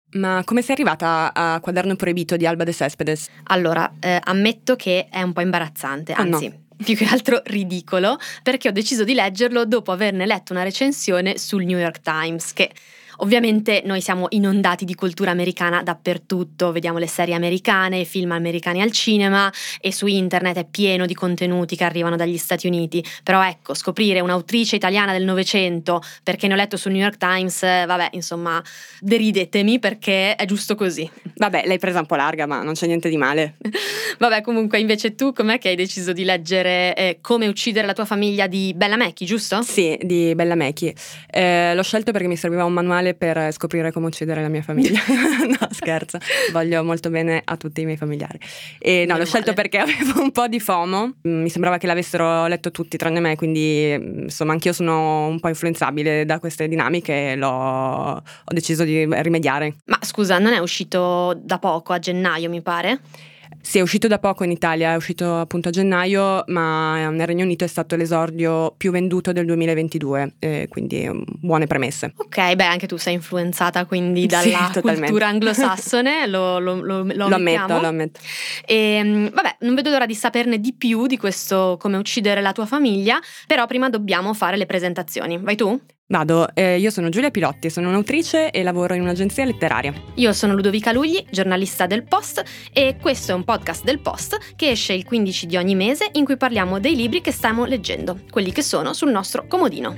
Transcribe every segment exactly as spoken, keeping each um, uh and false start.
Ma come sei arrivata a Quaderno Proibito di Alba de Céspedes? Allora, eh, ammetto che è un po' imbarazzante, Oh, anzi, no. più che altro ridicolo, perché ho deciso di leggerlo dopo averne letto una recensione sul New York Times, che ovviamente noi siamo inondati di cultura americana dappertutto, vediamo le serie americane, i film americani al cinema e su internet è pieno di contenuti che arrivano dagli Stati Uniti, però ecco, scoprire un'autrice italiana del Novecento perché ne ho letto sul New York Times, vabbè, insomma, deridetemi perché è giusto così. Vabbè, l'hai presa un po' larga, ma non c'è niente di male. Vabbè, comunque invece tu com'è che hai deciso di leggere eh, Come uccidere la tua famiglia di Bella Mecchi, giusto? Sì, di Bella Mecchi. Eh, l'ho scelto perché mi serviva un manuale per scoprire come uccidere la mia famiglia. No, scherzo, voglio molto bene a tutti i miei familiari. E no, Meno l'ho scelto male. perché avevo un po' di FOMO. Mi sembrava che l'avessero letto tutti tranne me, quindi insomma anch'io sono un po' influenzabile da queste dinamiche e l'ho, ho deciso di rimediare. Ma scusa, non è uscito da poco, a gennaio mi pare? Sì, è uscito da poco in Italia, è uscito appunto a gennaio, ma nel Regno Unito è stato l'esordio più venduto del duemilaventidue, eh, quindi um, buone premesse. Ok, beh, anche tu sei influenzata quindi dalla Sì, cultura anglosassone, lo, lo, lo, lo, lo ammetto, lo ammetto. E vabbè, non vedo l'ora di saperne di più di questo Come uccidere la tua famiglia, però prima dobbiamo fare le presentazioni. Vai tu? Vado, eh, io sono Giulia Pilotti, sono un'autrice e lavoro in un'agenzia letteraria. Io sono Ludovica Lugli, giornalista del Post, e questo è un podcast del Post che esce il quindici di ogni mese in cui parliamo dei libri che stiamo leggendo, quelli che sono sul nostro comodino.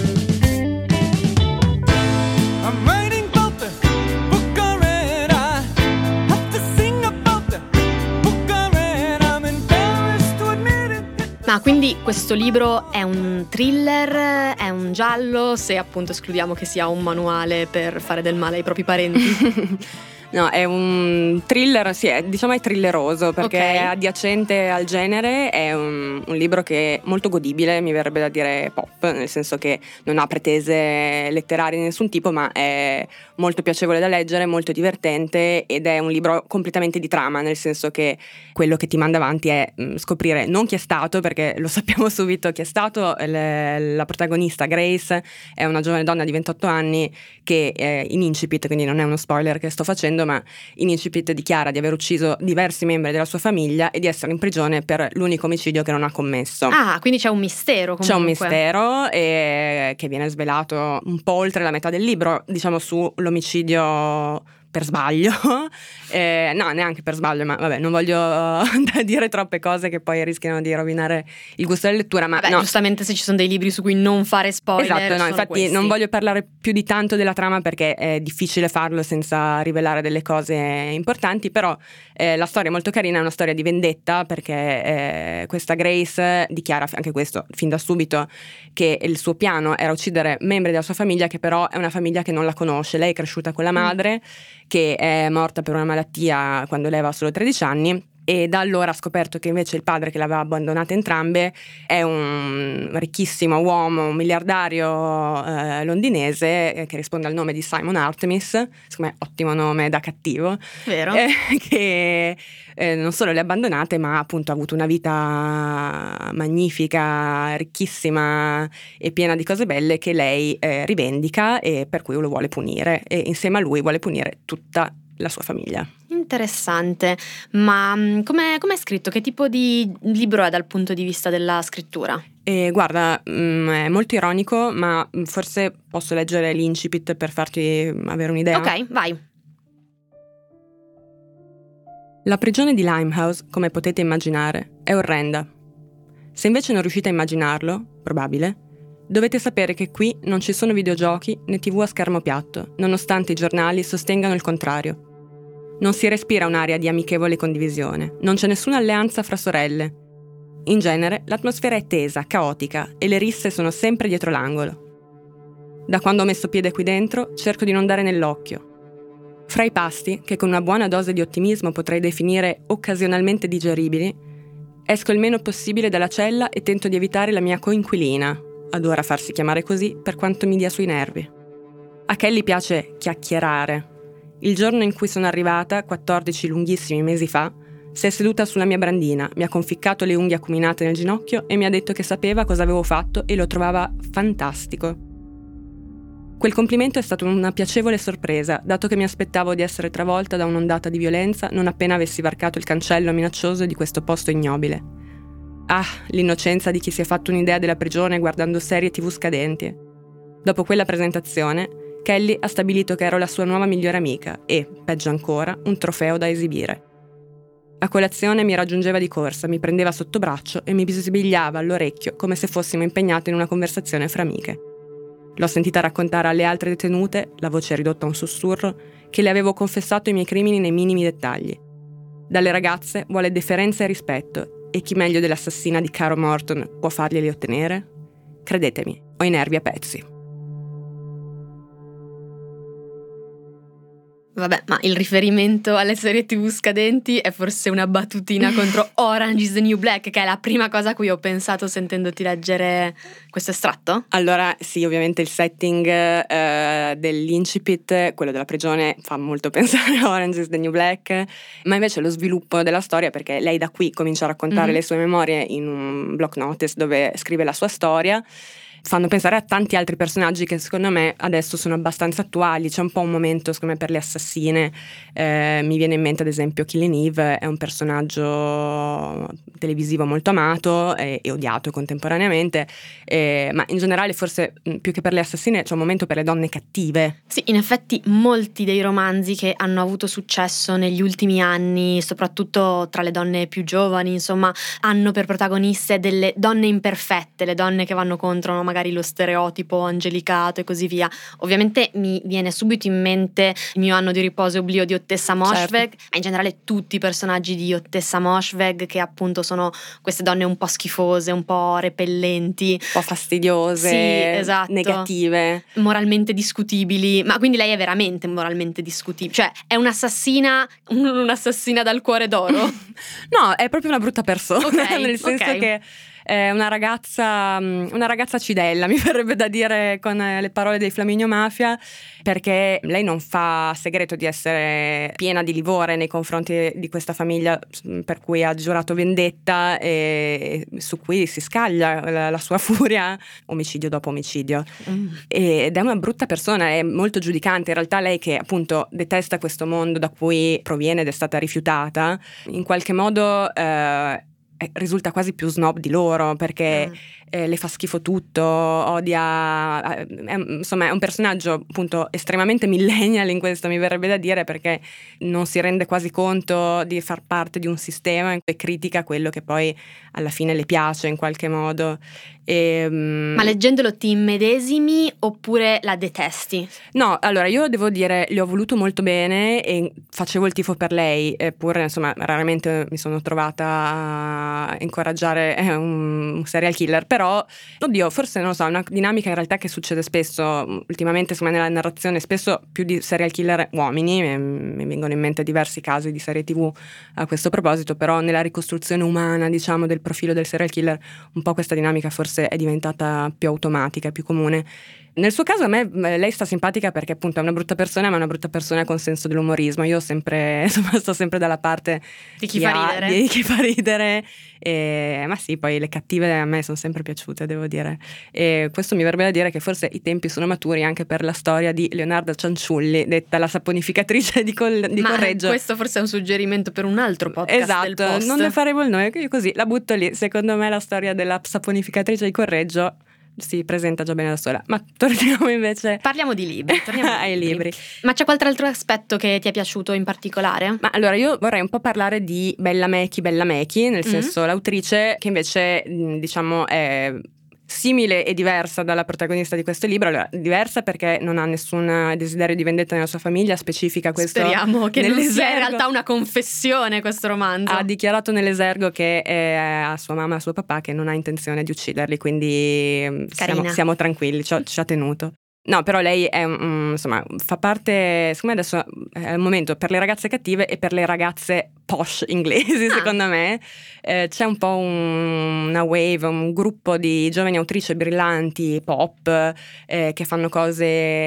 Ma quindi questo libro è un thriller, è un giallo, se appunto escludiamo che sia un manuale per fare del male ai propri parenti? No, è un thriller, sì, è, diciamo è thrilleroso perché Ok. è adiacente al genere, è un, un libro che è molto godibile, mi verrebbe da dire pop, nel senso che non ha pretese letterarie di nessun tipo, ma è molto piacevole da leggere, molto divertente ed è un libro completamente di trama, nel senso che quello che ti manda avanti è mh, scoprire non chi è stato, perché lo sappiamo subito chi è stato. Le, la protagonista Grace è una giovane donna di ventotto anni che eh, in incipit, quindi non è uno spoiler che sto facendo, ma in incipit dichiara di aver ucciso diversi membri della sua famiglia e di essere in prigione per l'unico omicidio che non ha commesso. Ah, quindi c'è un mistero comunque. C'è un mistero e che viene svelato un po' oltre la metà del libro, diciamo sull'omicidio per sbaglio, eh, no neanche per sbaglio, ma vabbè non voglio uh, dire troppe cose che poi rischiano di rovinare il gusto della lettura, ma Vabbè, no. giustamente se ci sono dei libri su cui non fare spoiler. Esatto, no, sono infatti questi. non voglio parlare più di tanto della trama perché è difficile farlo senza rivelare delle cose importanti, però eh, la storia è molto carina, è una storia di vendetta perché eh, questa Grace dichiara anche questo fin da subito che il suo piano era uccidere membri della sua famiglia, che però è una famiglia che non la conosce. Lei è cresciuta con la madre mm. che è morta per una malattia quando lei aveva solo tredici anni e da allora ha scoperto che invece il padre, che l'aveva abbandonate entrambe, è un ricchissimo uomo, un miliardario eh, londinese eh, che risponde al nome di Simon Artemis, secondo me ottimo nome da cattivo, vero? Eh, che eh, non solo le ha abbandonate ma appunto ha avuto una vita magnifica, ricchissima e piena di cose belle che lei eh, rivendica e per cui lo vuole punire, e insieme a lui vuole punire tutta la sua famiglia. Interessante, ma come è scritto? Che tipo di libro è dal punto di vista della scrittura? E guarda, mh, è molto ironico, ma forse posso leggere l'incipit per farti avere un'idea. Ok, vai. La prigione di Limehouse, come potete immaginare, è orrenda. Se invece non riuscite a immaginarlo, probabile, dovete sapere che qui non ci sono videogiochi né tivù a schermo piatto, nonostante i giornali sostengano il contrario. Non si respira un'aria di amichevole condivisione, non c'è nessuna alleanza fra sorelle. In genere l'atmosfera è tesa, caotica e le risse sono sempre dietro l'angolo. Da quando ho messo piede qui dentro cerco di non dare nell'occhio. Fra i pasti, che con una buona dose di ottimismo potrei definire occasionalmente digeribili, esco il meno possibile dalla cella e tento di evitare la mia coinquilina, adora farsi chiamare così per quanto mi dia sui nervi. A Kelly piace chiacchierare. Il giorno in cui sono arrivata, quattordici lunghissimi mesi fa, si è seduta sulla mia brandina, mi ha conficcato le unghie acuminate nel ginocchio e mi ha detto che sapeva cosa avevo fatto e lo trovava fantastico. Quel complimento è stato una piacevole sorpresa, dato che mi aspettavo di essere travolta da un'ondata di violenza non appena avessi varcato il cancello minaccioso di questo posto ignobile. Ah, l'innocenza di chi si è fatto un'idea della prigione guardando serie tivù scadenti. Dopo quella presentazione, Kelly ha stabilito che ero la sua nuova migliore amica e, peggio ancora, un trofeo da esibire. A colazione mi raggiungeva di corsa, mi prendeva sotto braccio e mi bisbigliava all'orecchio come se fossimo impegnate in una conversazione fra amiche. L'ho sentita raccontare alle altre detenute, la voce ridotta a un sussurro, che le avevo confessato i miei crimini nei minimi dettagli. Dalle ragazze vuole deferenza e rispetto, e chi meglio dell'assassina di Caro Morton può farglieli ottenere? Credetemi, ho i nervi a pezzi. Vabbè, ma il riferimento alle serie tivù scadenti è forse una battutina contro Orange is the New Black, che è la prima cosa a cui ho pensato sentendoti leggere questo estratto? Allora, sì, ovviamente il setting eh, dell'incipit, quello della prigione, fa molto pensare a Orange is the New Black, ma invece lo sviluppo della storia, perché lei da qui comincia a raccontare mm-hmm. le sue memorie in un block notice dove scrive la sua storia, fanno pensare a tanti altri personaggi che secondo me adesso sono abbastanza attuali. C'è un po' un momento secondo me per le assassine, eh, mi viene in mente ad esempio Killing Eve, è un personaggio televisivo molto amato e, e odiato contemporaneamente, eh, ma in generale forse più che per le assassine c'è un momento per le donne cattive. Sì, in effetti molti dei romanzi che hanno avuto successo negli ultimi anni, soprattutto tra le donne più giovani, insomma, hanno per protagoniste delle donne imperfette, le donne che vanno contro magari lo stereotipo angelicato e così via. Ovviamente mi viene subito in mente Il mio anno di riposo e oblio di Ottessa Moshfegh, certo. Ma in generale tutti i personaggi di Ottessa Moshfegh, che appunto sono queste donne un po' schifose, un po' repellenti, un po' fastidiose, sì, esatto, negative, moralmente discutibili. Ma quindi lei è veramente moralmente discutibile? Cioè è un'assassina, un'assassina dal cuore d'oro? No, è proprio una brutta persona, okay, nel senso okay. che è una ragazza, una ragazza cidella, mi verrebbe da dire con le parole dei Flaminio Mafia, perché lei non fa segreto di essere piena di livore nei confronti di questa famiglia per cui ha giurato vendetta e su cui si scaglia la, la sua furia omicidio dopo omicidio. Mm. Ed è una brutta persona, è molto giudicante. In realtà lei, che appunto detesta questo mondo da cui proviene ed è stata rifiutata, in qualche modo eh, risulta quasi più snob di loro, perché mm. eh, le fa schifo tutto, odia, eh, è, insomma è un personaggio appunto estremamente millennial in questo, mi verrebbe da dire, perché non si rende quasi conto di far parte di un sistema e critica quello che poi alla fine le piace in qualche modo. E, um... Ma leggendolo ti immedesimi oppure la detesti? No, allora io devo dire, le ho voluto molto bene e facevo il tifo per lei, eppure insomma raramente mi sono trovata a incoraggiare un, un serial killer, però oddio, forse non lo so, è una dinamica in realtà che succede spesso ultimamente, insomma, nella narrazione, spesso più di serial killer uomini, mi, mi vengono in mente diversi casi di serie tivù a questo proposito, però nella ricostruzione umana, diciamo, del profilo del serial killer un po' questa dinamica forse è diventata più automatica, più comune. Nel suo caso a me lei sta simpatica perché appunto è una brutta persona, ma è una brutta persona con senso dell'umorismo. Io sempre, insomma, sto sempre dalla parte di chi, chi fa ha, ridere. Di chi fa ridere. E, ma sì, poi le cattive a me sono sempre piaciute, devo dire. E questo mi verrebbe da dire che forse i tempi sono maturi anche per la storia di Leonarda Cianciulli, detta la saponificatrice di, Col- di ma Correggio. Questo forse è un suggerimento per un altro podcast. Esatto, del Post. Non ne faremo il nome, così la butto lì. Secondo me la storia della saponificatrice di Correggio si presenta già bene da sola. Ma torniamo invece parliamo di libri, torniamo ai libri. libri. Ma c'è qualche altro aspetto che ti è piaciuto in particolare? Ma allora io vorrei un po' parlare di Bella Mechi Bella Mechi, nel mm-hmm. senso l'autrice che invece diciamo è simile e diversa dalla protagonista di questo libro. Allora, diversa perché non ha nessun desiderio di vendetta nella sua famiglia, specifica questo. Speriamo che non sia in realtà una confessione questo romanzo. Ha dichiarato nell'esergo che è a sua mamma e a suo papà che non ha intenzione di ucciderli, quindi siamo, siamo tranquilli, ci, ci ha tenuto. No, però lei è um, insomma fa parte, secondo me adesso è il momento per le ragazze cattive e per le ragazze posh inglesi, ah. secondo me. Eh, c'è un po' un, una wave, un gruppo di giovani autrici brillanti, pop, eh, che fanno cose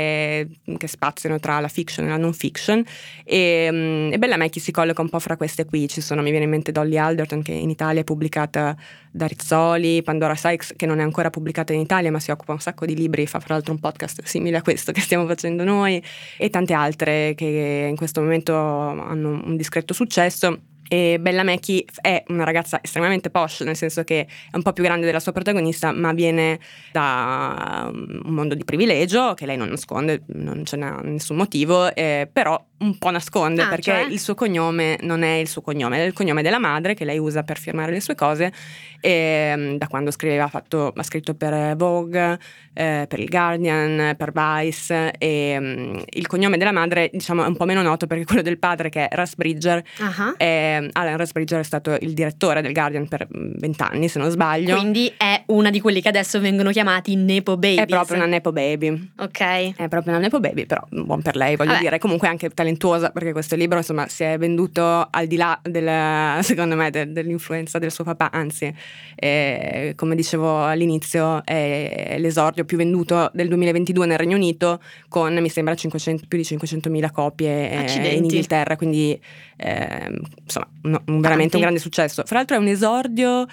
che spaziano tra la fiction e la non fiction, e, e Bella Mackie si colloca un po' fra queste qui. Ci sono, mi viene in mente Dolly Alderton, che in Italia è pubblicata da Rizzoli, Pandora Sykes, che non è ancora pubblicata in Italia ma si occupa un sacco di libri, fa fra l'altro un podcast simile a questo che stiamo facendo noi, e tante altre che in questo momento hanno un discreto successo. E Bella Mackie è una ragazza estremamente posh, nel senso che è un po' più grande della sua protagonista, ma viene da un mondo di privilegio che lei non nasconde, non ce n'è nessun motivo, eh, però un po' nasconde, ah, perché cioè? il suo cognome non è il suo cognome, è il cognome della madre che lei usa per firmare le sue cose, e da quando scriveva ha, fatto, ha scritto per Vogue, eh, per il Guardian, per Vice, e um, il cognome della madre, diciamo, è un po' meno noto perché quello del padre, che è Russ Bridger, uh-huh. è, Alan Russ Bridger è stato il direttore del Guardian per vent'anni, se non sbaglio. Quindi è una di quelli che adesso vengono chiamati Nepo Babies. È proprio una Nepo Baby. Ok. È proprio una Nepo Baby, però buon per lei, voglio Vabbè. dire. Comunque anche talentuosa, perché questo libro, insomma, si è venduto al di là del, secondo me, de, dell'influenza del suo papà, anzi, eh, come dicevo all'inizio, è l'esordio più venduto del duemilaventidue nel Regno Unito, con mi sembra cinquecento, più di cinquecentomila copie eh, in Inghilterra, quindi eh, insomma un, un veramente un grande successo. Fra l'altro è un esordio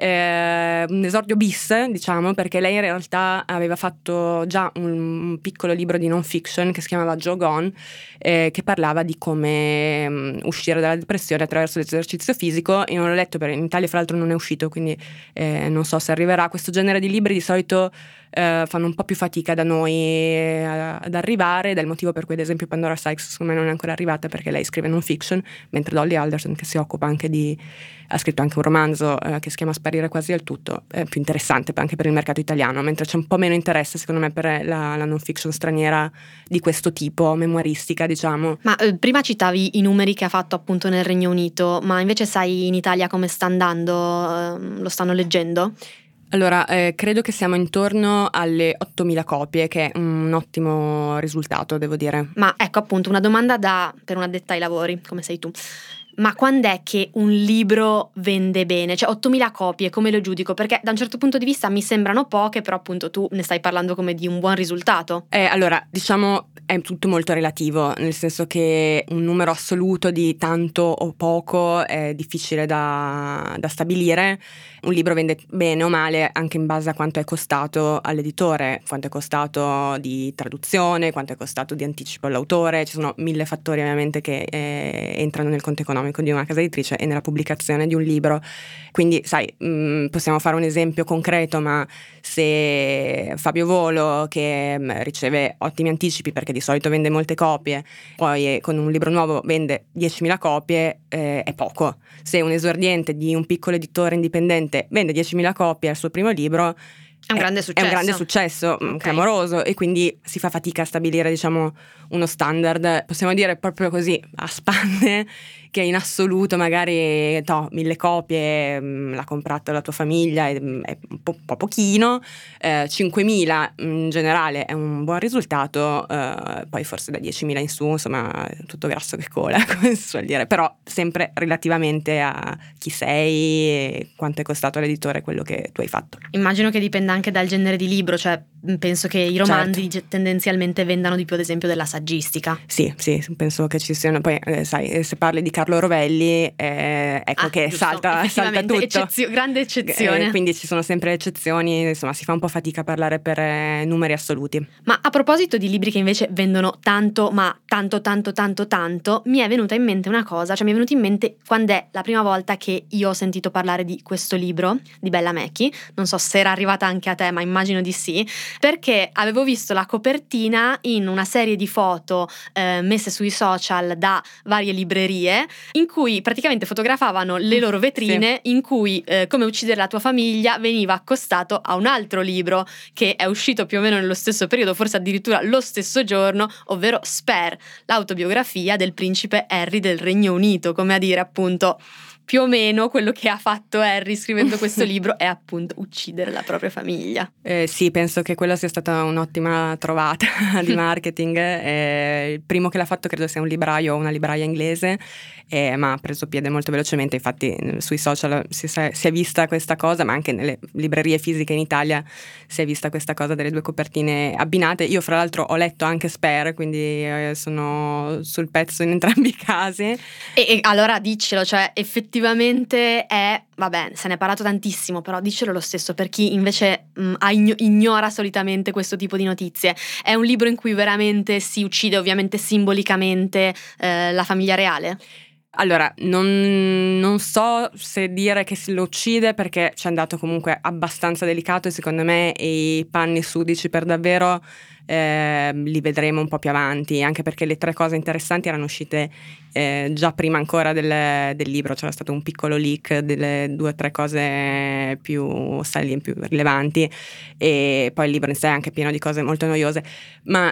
Eh, un esordio bis, diciamo, perché lei in realtà aveva fatto già un, un piccolo libro di non fiction che si chiamava Jog On, eh, che parlava di come um, uscire dalla depressione attraverso l'esercizio fisico. Io non l'ho letto, perché in Italia fra l'altro non è uscito, quindi eh, non so se arriverà. Questo genere di libri di solito eh, fanno un po' più fatica da noi eh, ad arrivare, ed è il motivo per cui ad esempio Pandora Sykes secondo me non è ancora arrivata, perché lei scrive non fiction, mentre Dolly Alderton, che si occupa anche di ha scritto anche un romanzo eh, che si chiama Sparire quasi del tutto, è più interessante anche per il mercato italiano, mentre c'è un po' meno interesse secondo me per la, la non fiction straniera di questo tipo, memoiristica, diciamo. Ma eh, prima citavi i numeri che ha fatto appunto nel Regno Unito, ma invece sai in Italia come sta andando? Eh, lo stanno leggendo? Allora, eh, credo che siamo intorno alle ottomila copie, che è un ottimo risultato, devo dire. Ma ecco, appunto, una domanda da per un addetta ai lavori, come sei tu. Ma quando è che un libro vende bene? Cioè ottomila copie, come lo giudico? Perché da un certo punto di vista mi sembrano poche, però appunto tu ne stai parlando come di un buon risultato. Eh, allora, diciamo, è tutto molto relativo, nel senso che un numero assoluto di tanto o poco è difficile da, da stabilire. Un libro vende bene o male anche in base a quanto è costato all'editore, quanto è costato di traduzione, quanto è costato di anticipo all'autore. Ci sono mille fattori ovviamente che eh, entrano nel conto economico di una casa editrice e nella pubblicazione di un libro. Quindi sai, mh, possiamo fare un esempio concreto, ma se Fabio Volo, che mh, riceve ottimi anticipi perché di solito vende molte copie, poi eh, con un libro nuovo vende diecimila copie, eh, è poco. Se un esordiente di un piccolo editore indipendente vende diecimila copie al suo primo libro, è un grande successo, è un grande successo okay. clamoroso, e quindi si fa fatica a stabilire, diciamo, uno standard, possiamo dire proprio così a spanne, che in assoluto magari no, mille copie mh, l'ha comprato la tua famiglia, è, è un po', un po' pochino, eh, cinquemila in generale è un buon risultato, eh, poi forse da diecimila in su, insomma, tutto grasso che cola, come si suol dire, però sempre relativamente a chi sei e quanto è costato all'editore quello che tu hai fatto. Immagino che dipenda anche dal genere di libro, cioè penso che i romanzi certo. tendenzialmente vendano di più, ad esempio, della saggistica. Sì, sì, penso che ci siano. Poi eh, sai, se parli di Carlo Rovelli, eh, ecco ah, che giusto, salta, salta tutto. Eccezio- grande eccezione. Eh, quindi ci sono sempre eccezioni, insomma, si fa un po' fatica a parlare per eh, numeri assoluti. Ma a proposito di libri che invece vendono tanto, ma tanto, tanto, tanto, tanto, mi è venuta in mente una cosa, cioè mi è venuta in mente quando è la prima volta che io ho sentito parlare di questo libro, di Bella Mackie. Non so se era arrivata anche a te, ma immagino di sì, perché avevo visto la copertina in una serie di foto eh, messe sui social da varie librerie, in cui praticamente fotografavano le loro vetrine, sì. in cui eh, Come uccidere la tua famiglia veniva accostato a un altro libro che è uscito più o meno nello stesso periodo, forse addirittura lo stesso giorno, ovvero Spare, l'autobiografia del principe Harry del Regno Unito, come a dire appunto più o meno quello che ha fatto Harry scrivendo questo libro è appunto uccidere la propria famiglia. Eh, sì, penso che quella sia stata un'ottima trovata di marketing. Eh, il primo che l'ha fatto credo sia un libraio o una libraia inglese, eh, ma ha preso piede molto velocemente. Infatti sui social si, si è vista questa cosa, ma anche nelle librerie fisiche in Italia si è vista questa cosa delle due copertine abbinate. Io fra l'altro ho letto anche Spare, quindi eh, sono sul pezzo in entrambi i casi. E, e allora diccelo, cioè effettivamente è, vabbè, se ne è parlato tantissimo, però diccelo lo stesso per chi invece mh, ignora solitamente questo tipo di notizie. È un libro in cui veramente si uccide, ovviamente simbolicamente, eh, la famiglia reale? Allora, non, non so se dire che si lo uccide, perché ci è andato comunque abbastanza delicato e secondo me i panni sudici per davvero eh, li vedremo un po' più avanti, anche perché le tre cose interessanti erano uscite eh, già prima ancora del, del libro. C'era stato un piccolo leak delle due o tre cose più salienti, più rilevanti, e poi il libro in sé è anche pieno di cose molto noiose, ma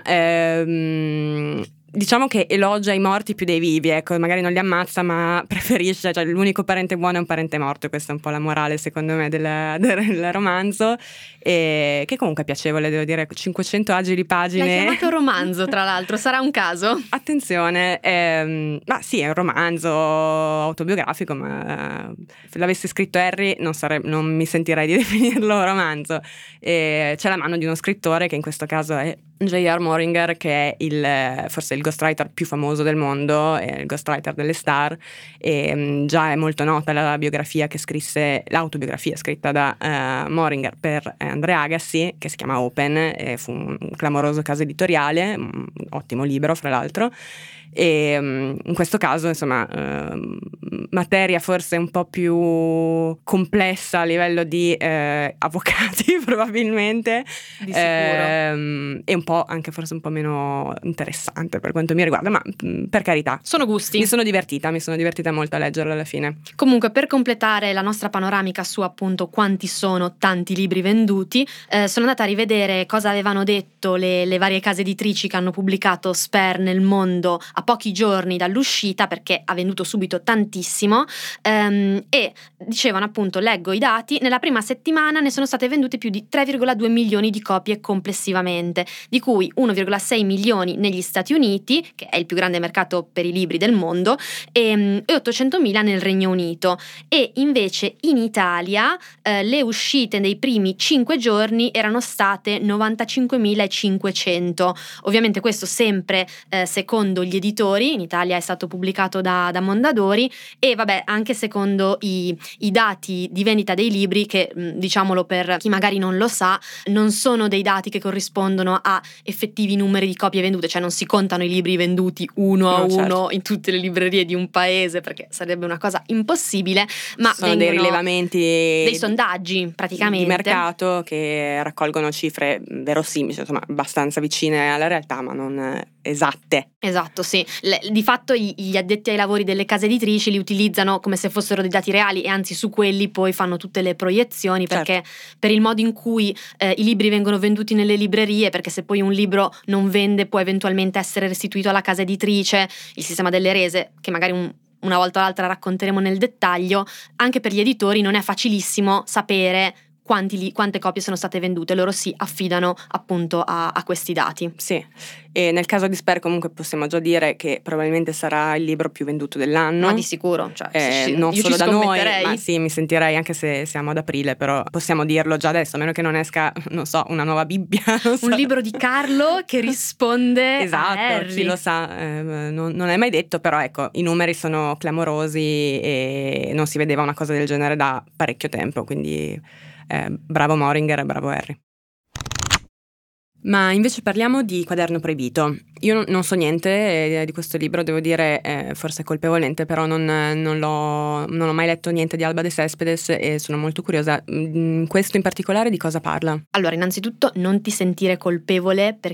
ehm, diciamo che elogia i morti più dei vivi, ecco, magari non li ammazza, ma preferisce, cioè l'unico parente buono è un parente morto. Questa è un po' la morale secondo me del, del romanzo, e che comunque è piacevole, devo dire. Cinquecento agili pagine. L'hai chiamato romanzo, tra l'altro, sarà un caso? Attenzione, ehm, ma sì, è un romanzo autobiografico, ma se l'avesse scritto Harry non, sare- non mi sentirei di definirlo romanzo. E c'è la mano di uno scrittore, che in questo caso è J R Moringer, che è il, forse il ghostwriter più famoso del mondo, è il ghostwriter delle Star, e um, già è molto nota la biografia che scrisse, l'autobiografia scritta da uh, Moringer per uh, Andre Agassi, che si chiama Open, e fu un clamoroso caso editoriale, un ottimo libro fra l'altro. E um, in questo caso insomma uh, materia forse un po' più complessa a livello di uh, avvocati probabilmente, di sicuro, ehm, e un po' anche forse un po' meno interessante per quanto mi riguarda, ma mh, per carità, sono gusti. Mi sono divertita, mi sono divertita molto a leggerlo alla fine. Comunque, per completare la nostra panoramica su appunto quanti sono tanti libri venduti, eh, sono andata a rivedere cosa avevano detto le, le varie case editrici che hanno pubblicato Spare nel mondo a pochi giorni dall'uscita, perché ha venduto subito tantissimo, ehm, e dicevano appunto, leggo i dati, nella prima settimana ne sono state vendute più di tre virgola due milioni di copie complessivamente, di cui uno virgola sei milioni negli Stati Uniti, che è il più grande mercato per i libri del mondo, e, e ottocentomila nel Regno Unito. E invece in Italia eh, le uscite nei primi cinque giorni erano state novantacinquemilacinquecento. Ovviamente questo sempre eh, secondo gli editori, in Italia è stato pubblicato da, da Mondadori, e vabbè anche secondo i, i dati di vendita dei libri, che diciamolo per chi magari non lo sa, non sono dei dati che corrispondono a effettivi numeri di copie vendute, cioè non si contano i libri venduti uno a no, uno certo. in tutte le librerie di un paese, perché sarebbe una cosa impossibile, ma sono dei rilevamenti, dei sondaggi praticamente di mercato che raccolgono cifre verosimili, insomma abbastanza vicine alla realtà, ma non esatte. Esatto, sì. Le, di fatto gli addetti ai lavori delle case editrici li utilizzano come se fossero dei dati reali, e anzi su quelli poi fanno tutte le proiezioni, perché certo. per il modo in cui eh, i libri vengono venduti nelle librerie, perché se poi un libro non vende può eventualmente essere restituito alla casa editrice, il sistema delle rese, che magari un una volta o l'altra racconteremo nel dettaglio, anche per gli editori non è facilissimo sapere quanti li, quante copie sono state vendute. Loro si affidano appunto a, a questi dati. Sì, e nel caso di Spare comunque possiamo già dire che probabilmente sarà il libro più venduto dell'anno. Ma di sicuro, cioè, eh, sì, non io solo ci da noi, scommetterei. ma sì, mi sentirei, anche se siamo ad aprile, però possiamo dirlo già adesso, a meno che non esca, non so, una nuova Bibbia. Non so. Un libro di Carlo che risponde esatto, a Harry. Chi lo sa, eh, non, non è mai detto, però ecco, i numeri sono clamorosi e non si vedeva una cosa del genere da parecchio tempo, quindi eh, bravo Moringer e bravo Harry. Ma invece parliamo di Quaderno Proibito. Io non so niente di questo libro, devo dire, eh, forse colpevolmente, però non, non, l'ho, non ho mai letto niente di Alba de Céspedes e sono molto curiosa. Questo in particolare di cosa parla? Allora, innanzitutto non ti sentire colpevole, perché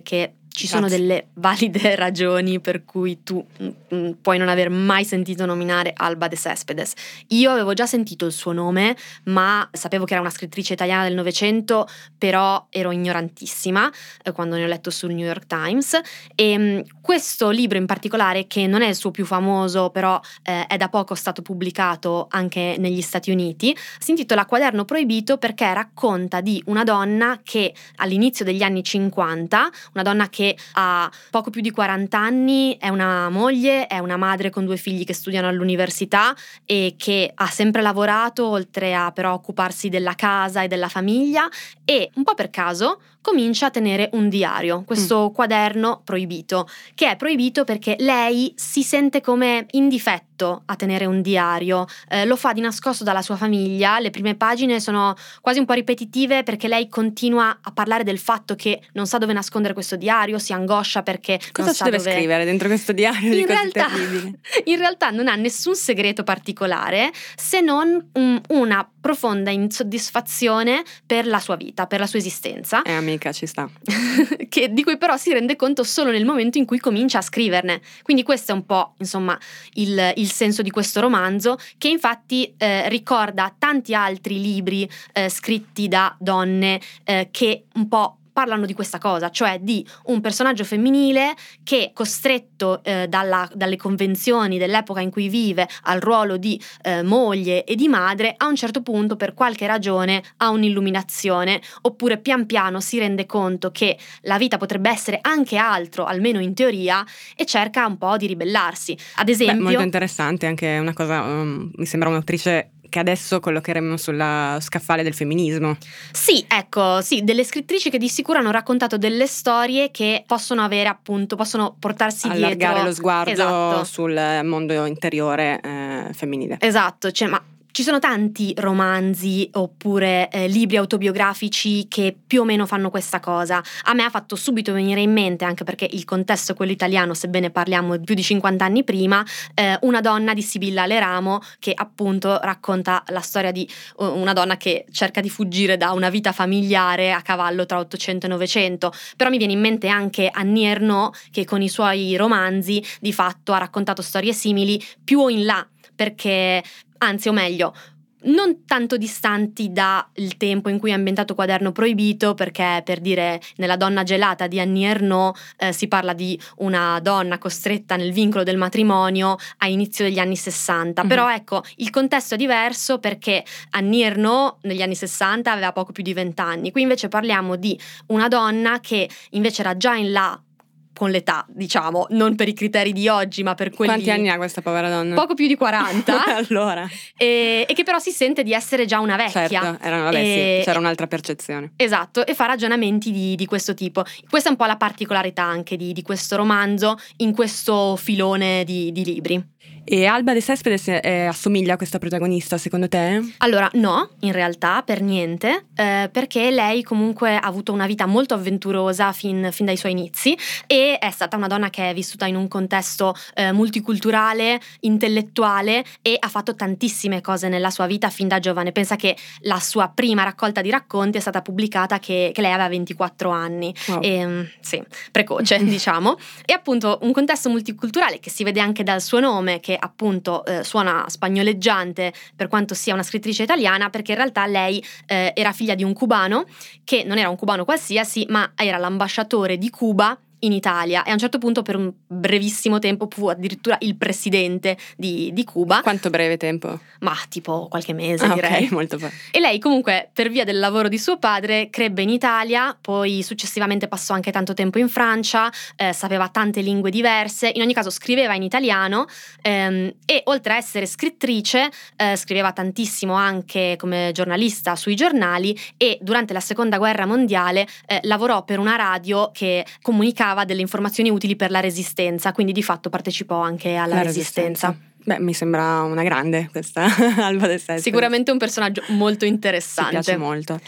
Ci Grazie. sono delle valide ragioni per cui tu mh, puoi non aver mai sentito nominare Alba de Céspedes. Io avevo già sentito il suo nome, ma sapevo che era una scrittrice italiana del Novecento, però ero ignorantissima eh, quando ne ho letto sul New York Times. E mh, questo libro in particolare, che non è il suo più famoso, però eh, è da poco stato pubblicato anche negli Stati Uniti, si intitola Quaderno proibito perché racconta di una donna che all'inizio degli anni cinquanta, una donna che che ha poco più di quaranta anni, è una moglie, è una madre con due figli che studiano all'università e che ha sempre lavorato, oltre a però occuparsi della casa e della famiglia, e un po' per caso comincia a tenere un diario, questo mm. quaderno proibito, che è proibito perché lei si sente come in difetto a tenere un diario, eh, lo fa di nascosto dalla sua famiglia. Le prime pagine sono quasi un po' ripetitive perché lei continua a parlare del fatto che non sa dove nascondere questo diario, si angoscia perché cosa non ci sa deve dove... scrivere dentro questo diario di in cose realtà, terribili. In realtà non ha nessun segreto particolare, se non un, una profonda insoddisfazione per la sua vita, per la sua esistenza. Eh amica, ci sta. che, di cui però si rende conto solo nel momento in cui comincia a scriverne. Quindi questo è un po', insomma, il, il senso di questo romanzo, che infatti eh, ricorda tanti altri libri eh, scritti da donne eh, che un po' parlano di questa cosa, cioè di un personaggio femminile che, costretto eh, dalla, dalle convenzioni dell'epoca in cui vive al ruolo di eh, moglie e di madre, a un certo punto per qualche ragione ha un'illuminazione, oppure pian piano si rende conto che la vita potrebbe essere anche altro, almeno in teoria, e cerca un po' di ribellarsi. Ad esempio... Beh, molto interessante, anche una cosa, um, mi sembra un'autrice che adesso collocheremo sulla scaffale del femminismo. Sì, ecco, sì, delle scrittrici che di sicuro hanno raccontato delle storie che possono avere, appunto, possono portarsi allargare dietro... Allargare lo sguardo esatto. sul mondo interiore eh, femminile. Esatto, cioè, ma ci sono tanti romanzi oppure eh, libri autobiografici che più o meno fanno questa cosa. A me ha fatto subito venire in mente, anche perché il contesto è quello italiano, sebbene parliamo di più di cinquanta anni prima, eh, Una donna di Sibilla Aleramo, che appunto racconta la storia di uh, una donna che cerca di fuggire da una vita familiare a cavallo tra Ottocento e Novecento. Però mi viene in mente anche Annie Ernaux, che con i suoi romanzi di fatto ha raccontato storie simili più o in là, perché... anzi, o meglio, non tanto distanti dal tempo in cui è ambientato Quaderno proibito, perché, per dire, nella Donna gelata di Annie Ernaux eh, si parla di una donna costretta nel vincolo del matrimonio a inizio degli anni sessanta. Mm-hmm. Però ecco, il contesto è diverso perché Annie Ernaux negli anni sessanta aveva poco più di vent'anni. Qui invece parliamo di una donna che invece era già in là con l'età, diciamo, non per i criteri di oggi, ma per quelli... Quanti anni ha questa povera donna? Poco più di quaranta. Allora. E, e che però si sente di essere già una vecchia. Certo, era, vabbè, e, sì, c'era un'altra percezione. Esatto, e fa ragionamenti di, di questo tipo. Questa è un po' la particolarità anche di, di questo romanzo, in questo filone di, di libri. E Alba de Céspedes eh, assomiglia a questa protagonista, secondo te? Allora, no, in realtà, per niente, eh, perché lei comunque ha avuto una vita molto avventurosa fin, fin dai suoi inizi e è stata una donna che è vissuta in un contesto eh, multiculturale, intellettuale, e ha fatto tantissime cose nella sua vita fin da giovane. Pensa che la sua prima raccolta di racconti è stata pubblicata che, che lei aveva ventiquattro anni. Wow. E, sì, precoce, diciamo. E appunto un contesto multiculturale che si vede anche dal suo nome, che appunto eh, suona spagnoleggiante per quanto sia una scrittrice italiana, perché in realtà lei eh, era figlia di un cubano, che non era un cubano qualsiasi, ma era l'ambasciatore di Cuba in Italia, e a un certo punto per un brevissimo tempo fu addirittura il presidente di, di Cuba. Quanto breve tempo? Ma tipo qualche mese, ah, direi. Ok, molto bene. E lei comunque, per via del lavoro di suo padre, crebbe in Italia, poi successivamente passò anche tanto tempo in Francia, eh, sapeva tante lingue diverse, in ogni caso scriveva in italiano ehm, e oltre a essere scrittrice eh, scriveva tantissimo anche come giornalista sui giornali, e durante la seconda guerra mondiale eh, lavorò per una radio che comunicava delle informazioni utili per la resistenza, quindi di fatto partecipò anche alla la resistenza. resistenza. Beh, mi sembra una grande questa Alba de Céspedes. Sicuramente un personaggio molto interessante. Mi piace molto.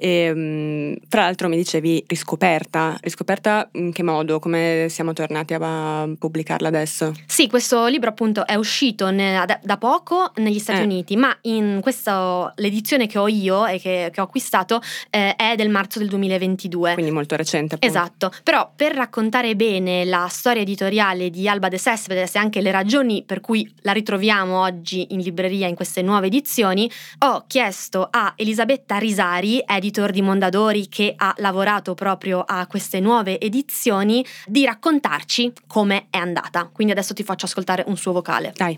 E, mh, fra l'altro mi dicevi riscoperta, riscoperta in che modo? Come siamo tornati a pubblicarla adesso? Sì, questo libro appunto è uscito ne, da, da poco negli Stati Eh. Uniti, ma in questa l'edizione che ho io e che, che ho acquistato eh, è del marzo del duemilaventidue. Quindi molto recente, appunto. Esatto, però per raccontare bene la storia editoriale di Alba de Céspedes e anche le ragioni per cui la ritroviamo oggi in libreria in queste nuove edizioni, ho chiesto a Elisabetta Risari, editor di Mondadori, che ha lavorato proprio a queste nuove edizioni, di raccontarci come è andata. Quindi adesso ti faccio ascoltare un suo vocale. Dai.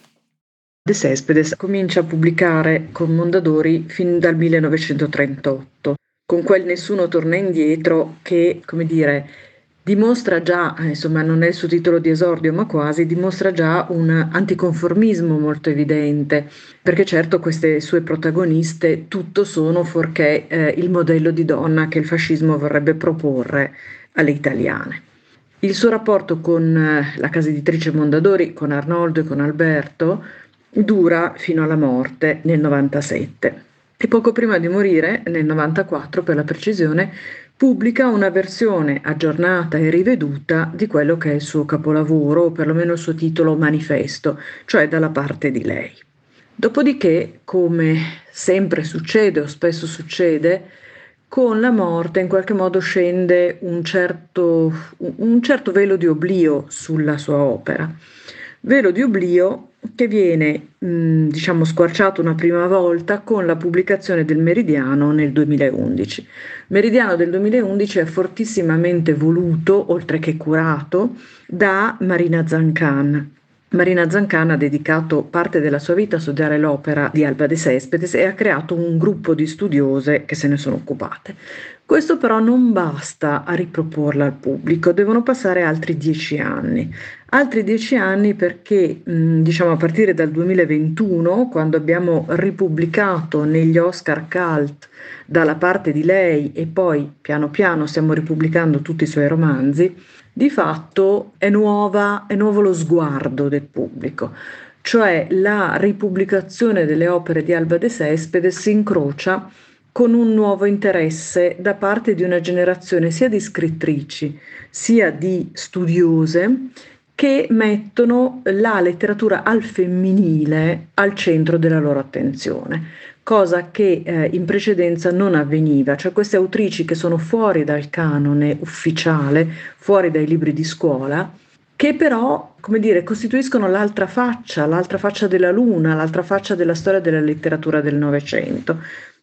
De Céspedes comincia a pubblicare con Mondadori fin dal millenovecentotrentotto, con quel Nessuno torna indietro che, come dire, dimostra già, insomma non è il suo titolo di esordio ma quasi, dimostra già un anticonformismo molto evidente, perché certo queste sue protagoniste tutto sono fuorché eh, il modello di donna che il fascismo vorrebbe proporre alle italiane. Il suo rapporto con eh, la casa editrice Mondadori, con Arnoldo e con Alberto, dura fino alla morte nel novantasette e poco prima di morire, nel novantaquattro per la precisione, pubblica una versione aggiornata e riveduta di quello che è il suo capolavoro, o perlomeno il suo titolo manifesto, cioè Dalla parte di lei. Dopodiché, come sempre succede o spesso succede, con la morte in qualche modo scende un certo, un certo velo di oblio sulla sua opera. Velo di oblio che viene, mh, diciamo, squarciato una prima volta con la pubblicazione del Meridiano nel duemilaundici. Meridiano del duemilaundici è fortissimamente voluto, oltre che curato, da Marina Zancan. Marina Zancan ha dedicato parte della sua vita a studiare l'opera di Alba de Céspedes e ha creato un gruppo di studiose che se ne sono occupate. Questo però non basta a riproporla al pubblico, devono passare altri dieci anni. Altri dieci anni perché, mh, diciamo a partire dal duemilaventuno, quando abbiamo ripubblicato negli Oscar Cult Dalla parte di lei e poi piano piano stiamo ripubblicando tutti i suoi romanzi, di fatto è nuova, è nuovo lo sguardo del pubblico, cioè la ripubblicazione delle opere di Alba de Céspedes si incrocia con un nuovo interesse da parte di una generazione sia di scrittrici sia di studiose che mettono la letteratura al femminile al centro della loro attenzione, cosa che eh, in precedenza non avveniva, cioè queste autrici che sono fuori dal canone ufficiale, fuori dai libri di scuola, che però, come dire, costituiscono l'altra faccia, l'altra faccia della luna, l'altra faccia della storia della letteratura del Novecento.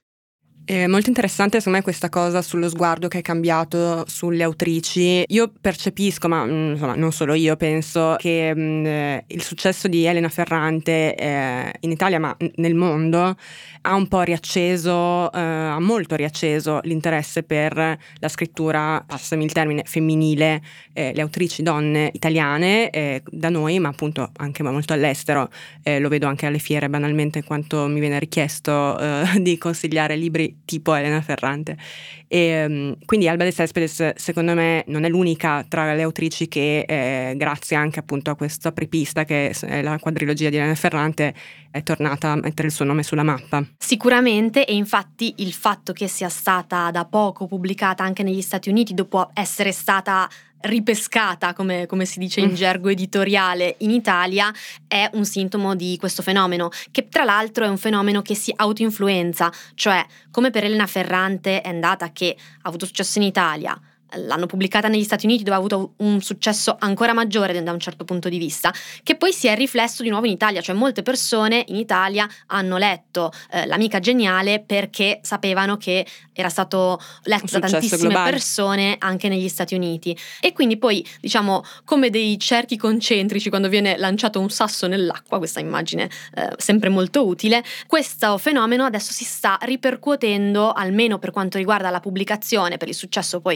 È molto interessante secondo me questa cosa sullo sguardo che è cambiato sulle autrici. Io percepisco, ma insomma non solo io, penso che mh, il successo di Elena Ferrante eh, in Italia ma nel mondo ha un po' riacceso, eh, ha molto riacceso l'interesse per la scrittura, passami il termine, femminile, eh, le autrici donne italiane eh, da noi, ma appunto anche ma molto all'estero. Eh, lo vedo anche alle fiere banalmente quanto mi viene richiesto eh, di consigliare libri tipo Elena Ferrante. E, um, quindi Alba de Céspedes secondo me non è l'unica tra le autrici che eh, grazie anche appunto a questa apripista che è la quadrilogia di Elena Ferrante è tornata a mettere il suo nome sulla mappa. Sicuramente, e infatti il fatto che sia stata da poco pubblicata anche negli Stati Uniti dopo essere stata ripescata, come, come si dice in gergo editoriale, in Italia è un sintomo di questo fenomeno, che tra l'altro è un fenomeno che si autoinfluenza, cioè come per Elena Ferrante è andata che ha avuto successo in Italia, l'hanno pubblicata negli Stati Uniti dove ha avuto un successo ancora maggiore da un certo punto di vista, che poi si è riflesso di nuovo in Italia, cioè molte persone in Italia hanno letto eh, L'amica geniale perché sapevano che era stato letto da tantissime globale. persone anche negli Stati Uniti, e quindi poi diciamo come dei cerchi concentrici quando viene lanciato un sasso nell'acqua, questa immagine eh, sempre molto utile, questo fenomeno adesso si sta ripercuotendo, almeno per quanto riguarda la pubblicazione, per il successo poi si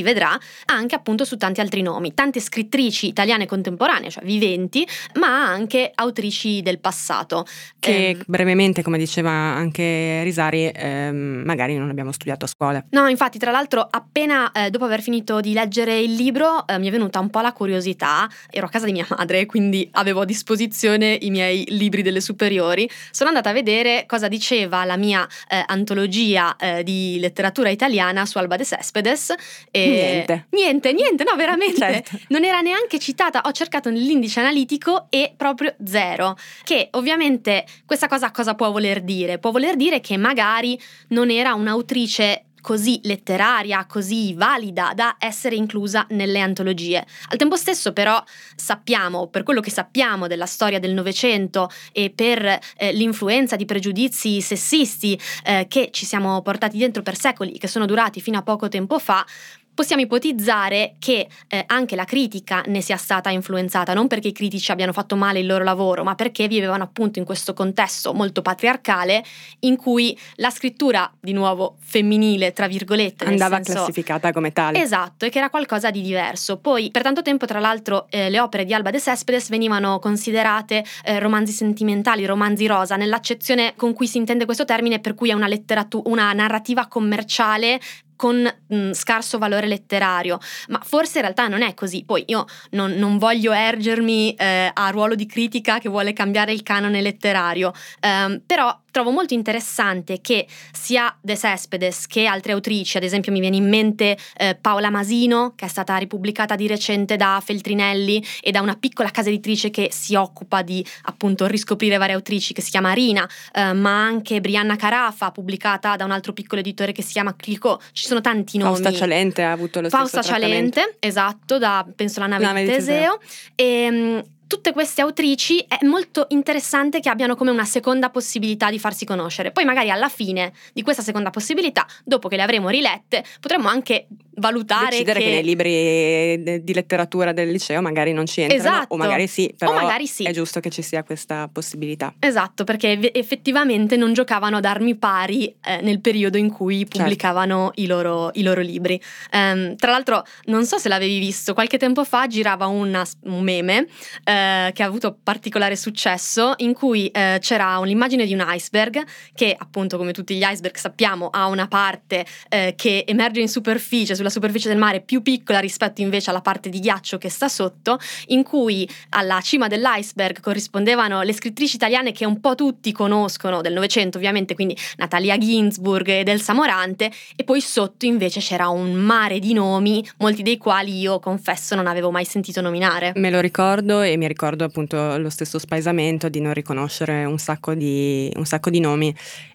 si vedrà, anche appunto su tanti altri nomi, tante scrittrici italiane contemporanee, cioè viventi, ma anche autrici del passato. Che Ehm, brevemente, come diceva anche Risari, ehm, magari non abbiamo studiato a scuola. No, infatti, tra l'altro, appena eh, dopo aver finito di leggere il libro, eh, mi è venuta un po' la curiosità. Ero a casa di mia madre, quindi avevo a disposizione i miei libri delle superiori. Sono andata a vedere cosa diceva la mia eh, antologia eh, di letteratura italiana su Alba de Céspedes. E Niente. Niente, niente, no, veramente. Certo. Non era neanche citata. Ho cercato nell'indice analitico e proprio zero. Che ovviamente questa cosa cosa può voler dire? Può voler dire che magari non era un'autrice così letteraria, così valida da essere inclusa nelle antologie. Al tempo stesso però sappiamo, per quello che sappiamo della storia del Novecento e per eh, l'influenza di pregiudizi sessisti eh, che ci siamo portati dentro per secoli, che sono durati fino a poco tempo fa, possiamo ipotizzare che eh, anche la critica ne sia stata influenzata, non perché i critici abbiano fatto male il loro lavoro, ma perché vivevano appunto in questo contesto molto patriarcale in cui la scrittura, di nuovo femminile, tra virgolette, nel Andava senso, classificata come tale. esatto, e che era qualcosa di diverso. Poi per tanto tempo, tra l'altro, eh, le opere di Alba de Céspedes venivano considerate eh, romanzi sentimentali, romanzi rosa, nell'accezione con cui si intende questo termine, per cui è una letteratura, una narrativa commerciale con mh, scarso valore letterario, ma forse in realtà non è così. Poi io non, non voglio ergermi eh, a ruolo di critica che vuole cambiare il canone letterario, ehm, però trovo molto interessante che sia De Céspedes che altre autrici, ad esempio mi viene in mente eh, Paola Masino, che è stata ripubblicata di recente da Feltrinelli e da una piccola casa editrice che si occupa di appunto riscoprire varie autrici, che si chiama Rina, eh, ma anche Brianna Carafa, pubblicata da un altro piccolo editore che si chiama Clicquot. Ci sono tanti nomi. Fausta Cialente ha avuto lo Fausta stesso trattamento. Cialente, esatto, da penso La nave, Nave di di Teseo. E mh, tutte queste autrici è molto interessante che abbiano come una seconda possibilità di farsi conoscere. Poi magari alla fine di questa seconda possibilità, dopo che le avremo rilette, potremmo anche valutare decidere che... che nei libri di letteratura del liceo magari non ci entrano, esatto. o magari sì, però o magari sì. è giusto che ci sia questa possibilità. Esatto, perché effettivamente non giocavano ad armi pari eh, nel periodo in cui pubblicavano certo. i, loro, i loro libri. Um, tra l'altro, non so se l'avevi visto, qualche tempo fa girava una, un meme eh, che ha avuto particolare successo, in cui eh, c'era un'immagine di un iceberg che, appunto, come tutti gli iceberg sappiamo, ha una parte eh, che emerge in superficie, sulla superficie del mare, più piccola rispetto invece alla parte di ghiaccio che sta sotto, in cui alla cima dell'iceberg corrispondevano le scrittrici italiane che un po' tutti conoscono del Novecento, ovviamente, quindi Natalia Ginzburg ed Elsa Morante, e poi sotto invece c'era un mare di nomi, molti dei quali io confesso non avevo mai sentito nominare. Me lo ricordo, e mi ricordo appunto lo stesso spaesamento di non riconoscere un sacco di, un sacco di nomi.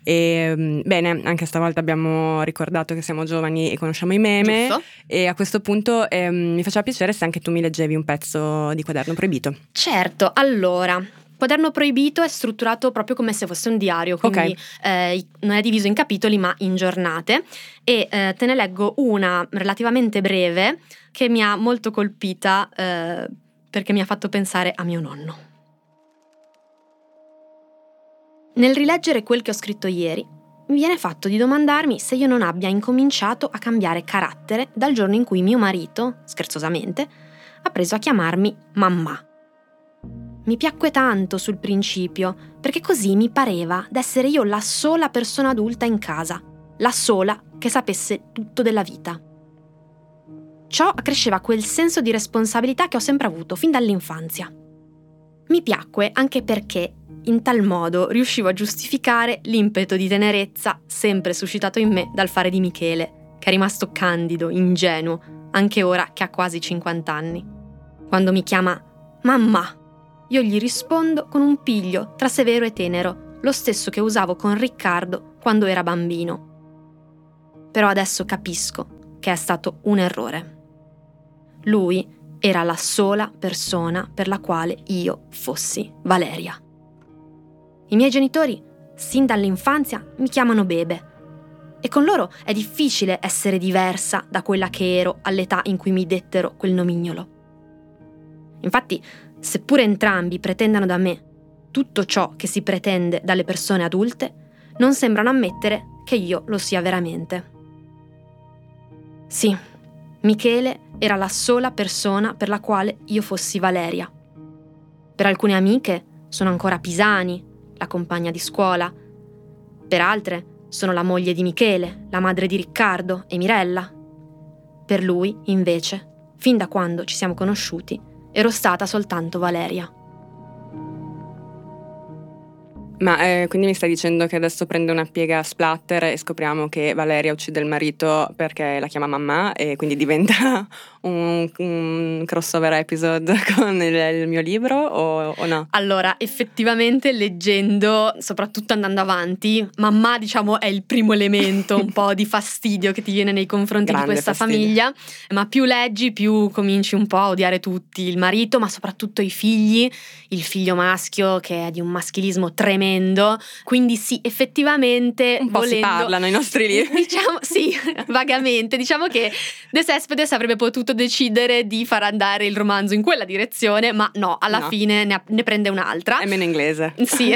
E bene, anche stavolta abbiamo ricordato che siamo giovani e conosciamo i meme. Giusto. E a questo punto ehm, mi faceva piacere se anche tu mi leggevi un pezzo di Quaderno Proibito. Certo, allora, Quaderno Proibito è strutturato proprio come se fosse un diario, quindi okay. eh, non è diviso in capitoli ma in giornate, e eh, te ne leggo una relativamente breve che mi ha molto colpita eh, perché mi ha fatto pensare a mio nonno. Nel rileggere quel che ho scritto ieri, mi viene fatto di domandarmi se io non abbia incominciato a cambiare carattere dal giorno in cui mio marito, scherzosamente, ha preso a chiamarmi mamma. Mi piacque tanto sul principio, perché così mi pareva d'essere io la sola persona adulta in casa, la sola che sapesse tutto della vita. Ciò accresceva quel senso di responsabilità che ho sempre avuto fin dall'infanzia. Mi piacque anche perché in tal modo riuscivo a giustificare l'impeto di tenerezza sempre suscitato in me dal fare di Michele, che è rimasto candido, ingenuo, anche ora che ha quasi cinquanta anni. Quando mi chiama mamma, io gli rispondo con un piglio tra severo e tenero, lo stesso che usavo con Riccardo quando era bambino. Però adesso capisco che è stato un errore. Lui era la sola persona per la quale io fossi Valeria. I miei genitori, sin dall'infanzia, mi chiamano Bebe, e con loro è difficile essere diversa da quella che ero all'età in cui mi dettero quel nomignolo. Infatti, seppure entrambi pretendano da me tutto ciò che si pretende dalle persone adulte, non sembrano ammettere che io lo sia veramente. Sì, Michele era la sola persona per la quale io fossi Valeria. Per alcune amiche sono ancora Pisani, la compagna di scuola. Per altre sono la moglie di Michele, la madre di Riccardo e Mirella. Per lui, invece, fin da quando ci siamo conosciuti, ero stata soltanto Valeria. Ma eh, quindi mi stai dicendo che adesso prende una piega splatter e scopriamo che Valeria uccide il marito perché la chiama mamma e quindi diventa un, un crossover episode con il, il mio libro o, o no? Allora, effettivamente leggendo, soprattutto andando avanti, mamma diciamo è il primo elemento un po' di fastidio che ti viene nei confronti Grande di questa fastidio. famiglia, ma più leggi più cominci un po' a odiare tutti, il marito ma soprattutto i figli, il figlio maschio che è di un maschilismo tremendo. Quindi sì, effettivamente un po' volendo, si parlano i nostri libri. Diciamo sì, vagamente. Diciamo che De Cespedes avrebbe potuto decidere di far andare il romanzo in quella direzione, ma no, alla No. fine ne, ne prende un'altra. È meno inglese. Sì,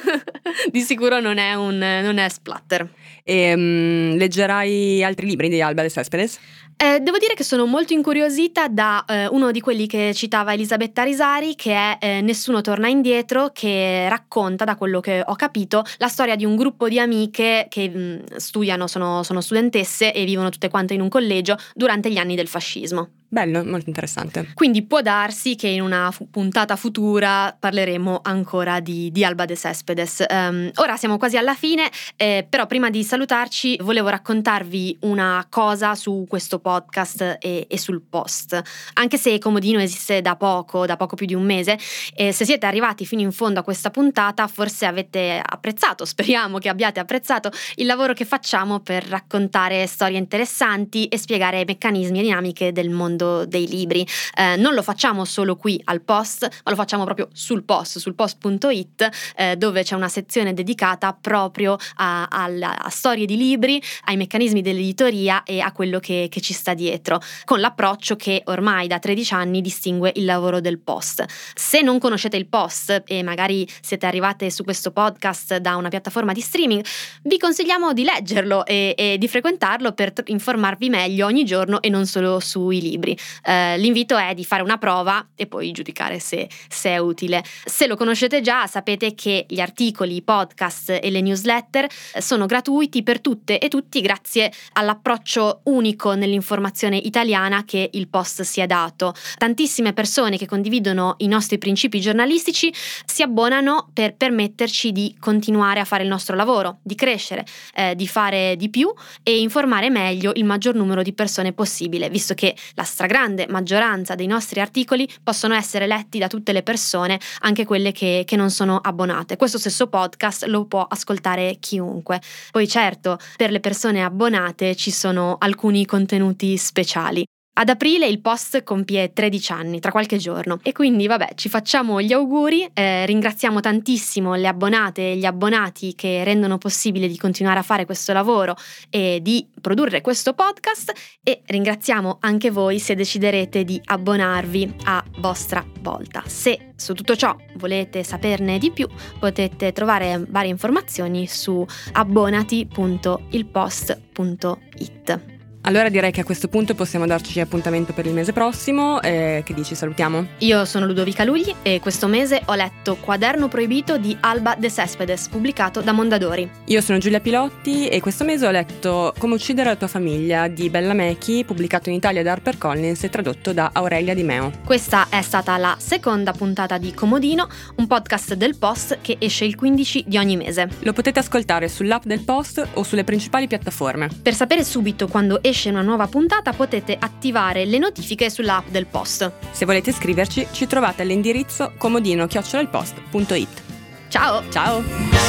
di sicuro non è un non è splatter. E um, leggerai altri libri di Alba De Cespedes? Eh, devo dire che sono molto incuriosita da eh, uno di quelli che citava Elisabetta Risari, che è eh, Nessuno torna indietro, che racconta, da quello che ho capito, la storia di un gruppo di amiche che mh, studiano, sono, sono studentesse e vivono tutte quante in un collegio durante gli anni del fascismo. Bello, molto interessante. Quindi può darsi che in una fu- puntata futura parleremo ancora di, di Alba De Cespedes. Um, ora siamo quasi alla fine, eh, però prima di salutarci volevo raccontarvi una cosa su questo podcast e, e sul post. Anche se Comodino esiste da poco, da poco più di un mese, eh, se siete arrivati fino in fondo a questa puntata forse avete apprezzato, speriamo che abbiate apprezzato il lavoro che facciamo per raccontare storie interessanti e spiegare meccanismi e dinamiche del mondo dei libri. Eh, non lo facciamo solo qui al Post, ma lo facciamo proprio sul Post, sul post punto it, eh, dove c'è una sezione dedicata proprio a, a, a storie di libri, ai meccanismi dell'editoria e a quello che, che ci sta dietro, con l'approccio che ormai da tredici anni distingue il lavoro del Post. Se non conoscete il Post e magari siete arrivate su questo podcast da una piattaforma di streaming, vi consigliamo di leggerlo e, e di frequentarlo per t- informarvi meglio ogni giorno e non solo sui libri. Eh, l'invito è di fare una prova e poi giudicare se, se è utile. Se lo conoscete già, sapete che gli articoli, i podcast e le newsletter sono gratuiti per tutte e tutti grazie all'approccio unico nell'informazione italiana che il Post si è dato. Tantissime persone che condividono i nostri principi giornalistici si abbonano per permetterci di continuare a fare il nostro lavoro, di crescere, eh, di fare di più e informare meglio il maggior numero di persone possibile, visto che la stragrande maggioranza dei nostri articoli possono essere letti da tutte le persone, anche quelle che, che non sono abbonate. Questo stesso podcast lo può ascoltare chiunque. Poi certo, per le persone abbonate ci sono alcuni contenuti speciali. Ad aprile il Post compie tredici anni, tra qualche giorno, e quindi vabbè, ci facciamo gli auguri, eh, ringraziamo tantissimo le abbonate e gli abbonati che rendono possibile di continuare a fare questo lavoro e di produrre questo podcast, e ringraziamo anche voi se deciderete di abbonarvi a vostra volta. Se su tutto ciò volete saperne di più, potete trovare varie informazioni su abbonati punto il post punto it. Allora direi che a questo punto possiamo darci appuntamento per il mese prossimo. Eh, che dici, salutiamo? Io sono Ludovica Lugli e questo mese ho letto Quaderno proibito di Alba De Cespedes, pubblicato da Mondadori. Io sono Giulia Pilotti e questo mese ho letto Come uccidere la tua famiglia di Bella Mechi, pubblicato in Italia da HarperCollins e tradotto da Aurelia Di Meo. Questa è stata la seconda puntata di Comodino, un podcast del Post che esce il quindici di ogni mese. Lo potete ascoltare sull'app del Post o sulle principali piattaforme. Per sapere subito quando esce una nuova puntata potete attivare le notifiche sull'app del Post. Se volete iscriverci ci trovate all'indirizzo comodino chiocciola il post punto it. Ciao! Ciao!